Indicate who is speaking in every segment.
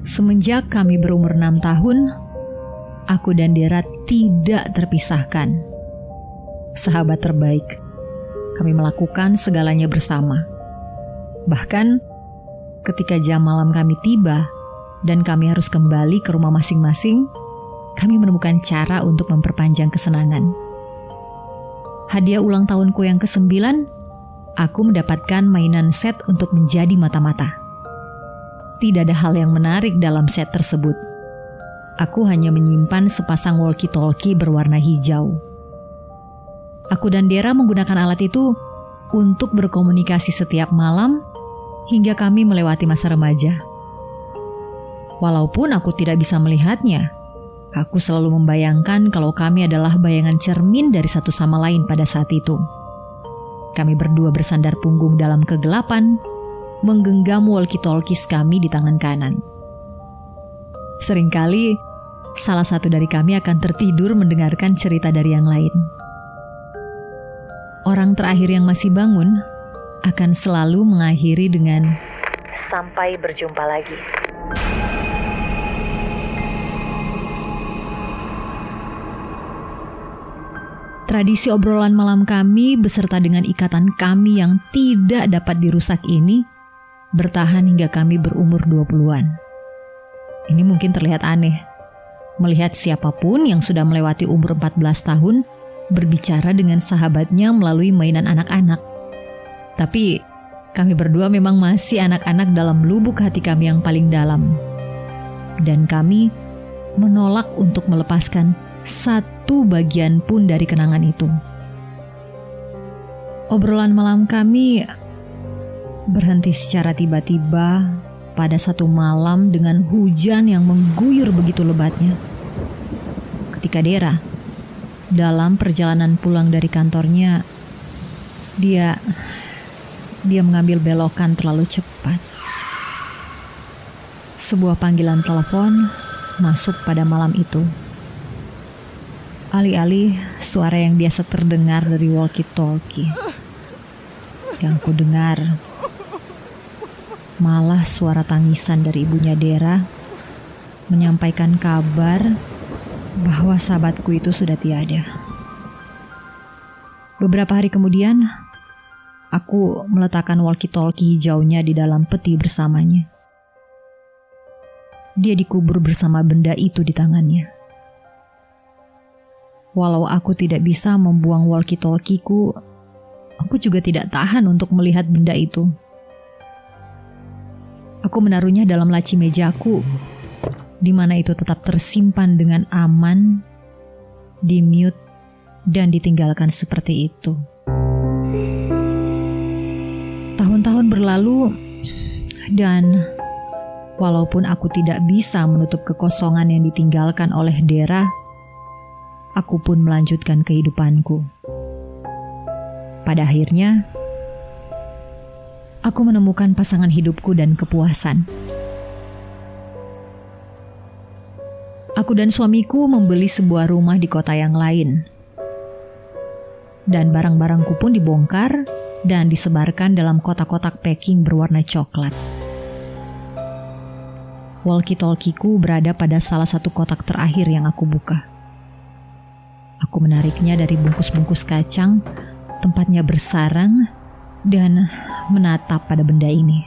Speaker 1: Semenjak kami berumur 6 tahun, aku dan Dera tidak terpisahkan. Sahabat terbaik. Kami melakukan segalanya bersama. Bahkan ketika jam malam kami tiba dan kami harus kembali ke rumah masing-masing, kami menemukan cara untuk memperpanjang kesenangan. Hadiah ulang tahunku yang ke-9, aku mendapatkan mainan set untuk menjadi mata-mata. Tidak ada hal yang menarik dalam set tersebut. Aku hanya menyimpan sepasang walkie-talkie berwarna hijau. Aku dan Dera menggunakan alat itu untuk berkomunikasi setiap malam hingga kami melewati masa remaja. Walaupun aku tidak bisa melihatnya, aku selalu membayangkan kalau kami adalah bayangan cermin dari satu sama lain pada saat itu. Kami berdua bersandar punggung dalam kegelapan, menggenggam walkie-talkies kami di tangan kanan. Seringkali, salah satu dari kami akan tertidur mendengarkan cerita dari yang lain. Orang terakhir yang masih bangun akan selalu mengakhiri dengan "Sampai berjumpa lagi." Tradisi obrolan malam kami beserta dengan ikatan kami yang tidak dapat dirusak ini bertahan hingga kami berumur 20-an. Ini mungkin terlihat aneh, melihat siapapun yang sudah melewati umur 14 tahun berbicara dengan sahabatnya melalui mainan anak-anak. Tapi kami berdua memang masih anak-anak dalam lubuk hati kami yang paling dalam. Dan kami menolak untuk melepaskan satu bagian pun dari kenangan itu. Obrolan malam kami berhenti secara tiba-tiba pada satu malam dengan hujan yang mengguyur begitu lebatnya. Ketika Dera dalam perjalanan pulang dari kantornya, dia mengambil belokan terlalu cepat. Sebuah panggilan telepon masuk pada malam itu. Alih-alih suara yang biasa terdengar dari walkie-talkie, yang ku dengar malah suara tangisan dari ibunya Dera menyampaikan kabar bahwa sahabatku itu sudah tiada. Beberapa hari kemudian, aku meletakkan walkie-talkie hijaunya di dalam peti bersamanya. Dia dikubur bersama benda itu di tangannya. Walau aku tidak bisa membuang walkie-talkieku, aku juga tidak tahan untuk melihat benda itu. Aku menaruhnya dalam laci mejaku, di mana itu tetap tersimpan dengan aman, di-mute, dan ditinggalkan seperti itu. Tahun-tahun berlalu, dan walaupun aku tidak bisa menutup kekosongan yang ditinggalkan oleh Dera, aku pun melanjutkan kehidupanku. Pada akhirnya, aku menemukan pasangan hidupku dan kepuasan. Aku dan suamiku membeli sebuah rumah di kota yang lain. Dan barang-barangku pun dibongkar dan disebarkan dalam kotak-kotak packing berwarna coklat. Walkie-talkieku berada pada salah satu kotak terakhir yang aku buka. Aku menariknya dari bungkus-bungkus kacang, tempatnya bersarang, dan menatap pada benda ini.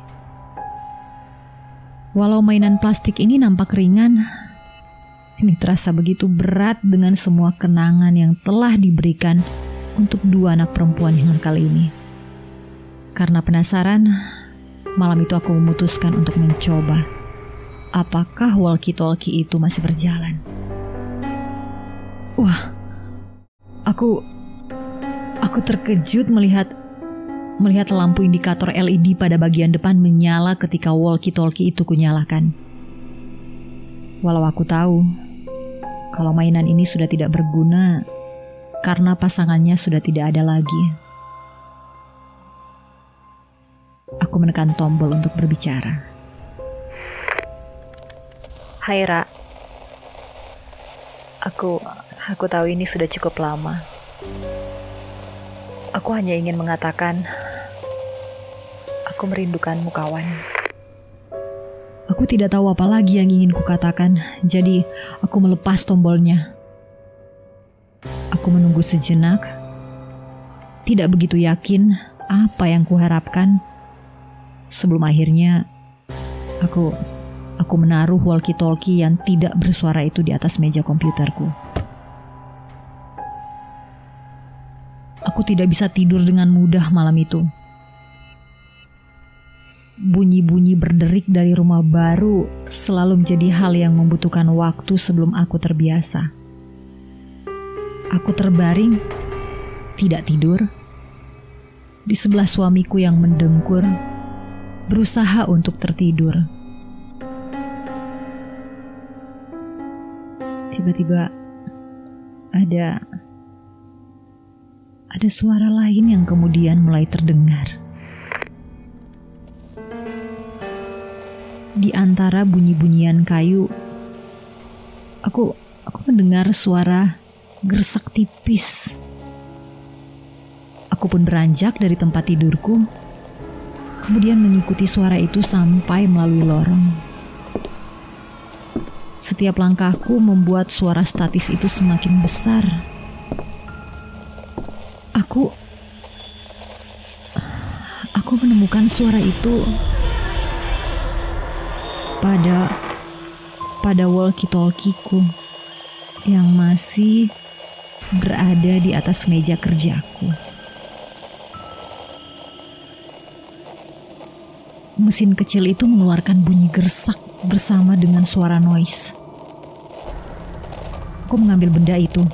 Speaker 1: Walau mainan plastik ini nampak ringan, ini terasa begitu berat dengan semua kenangan yang telah diberikan untuk dua anak perempuan yang kali ini. Karena penasaran, malam itu aku memutuskan untuk mencoba apakah walkie-talkie itu masih berjalan. Wah, aku terkejut melihat lampu indikator LED pada bagian depan menyala ketika walkie-talkie itu kunyalakan. Walau aku tahu kalau mainan ini sudah tidak berguna karena pasangannya sudah tidak ada lagi. Aku menekan tombol untuk berbicara. Hai Ra, aku tahu ini sudah cukup lama. Aku hanya ingin mengatakan, aku merindukanmu kawan. Aku tidak tahu apa lagi yang ingin kukatakan, jadi aku melepas tombolnya. Aku menunggu sejenak, tidak begitu yakin apa yang kuharapkan, sebelum akhirnya aku menaruh walkie-talkie yang tidak bersuara itu di atas meja komputerku. Aku tidak bisa tidur dengan mudah malam itu. Bunyi-bunyi berderik dari rumah baru selalu menjadi hal yang membutuhkan waktu sebelum aku terbiasa. Aku terbaring, tidak tidur, di sebelah suamiku yang mendengkur, berusaha untuk tertidur. Tiba-tiba ada suara lain yang kemudian mulai terdengar. Di antara bunyi-bunyian kayu, aku mendengar suara gersak tipis. Aku pun beranjak dari tempat tidurku, kemudian mengikuti suara itu sampai melalui lorong. Setiap langkahku membuat suara statis itu semakin besar. Aku menemukan suara itu pada walkie-talkie-ku yang masih berada di atas meja kerjaku. Mesin kecil itu mengeluarkan bunyi gersak bersama dengan suara noise. Aku mengambil benda itu,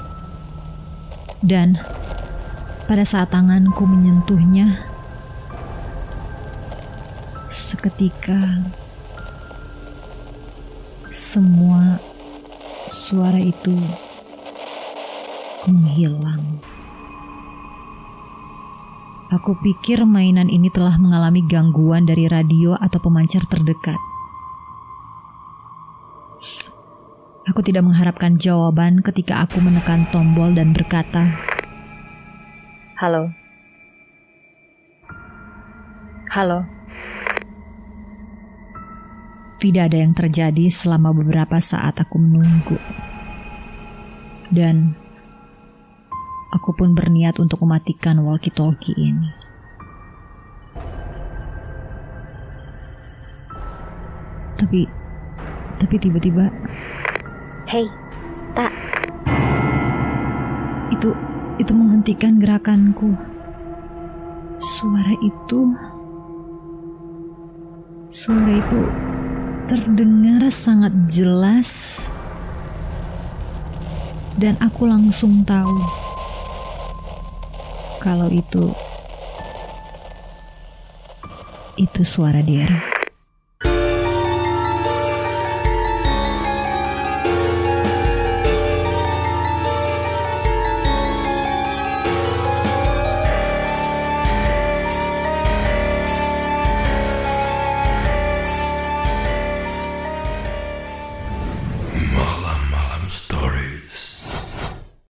Speaker 1: dan pada saat tanganku menyentuhnya, seketika semua suara itu menghilang. Aku pikir mainan ini telah mengalami gangguan dari radio atau pemancar terdekat. Aku tidak mengharapkan jawaban ketika aku menekan tombol dan berkata, "Halo. Halo." Tidak ada yang terjadi selama beberapa saat aku menunggu. Dan aku pun berniat untuk mematikan walkie-talkie ini. Tapi tiba-tiba,
Speaker 2: "Hei, Tak."
Speaker 1: Itu menghentikan gerakanku. Suara itu terdengar sangat jelas, dan aku langsung tahu kalau itu suara Dera.
Speaker 3: Malam Story.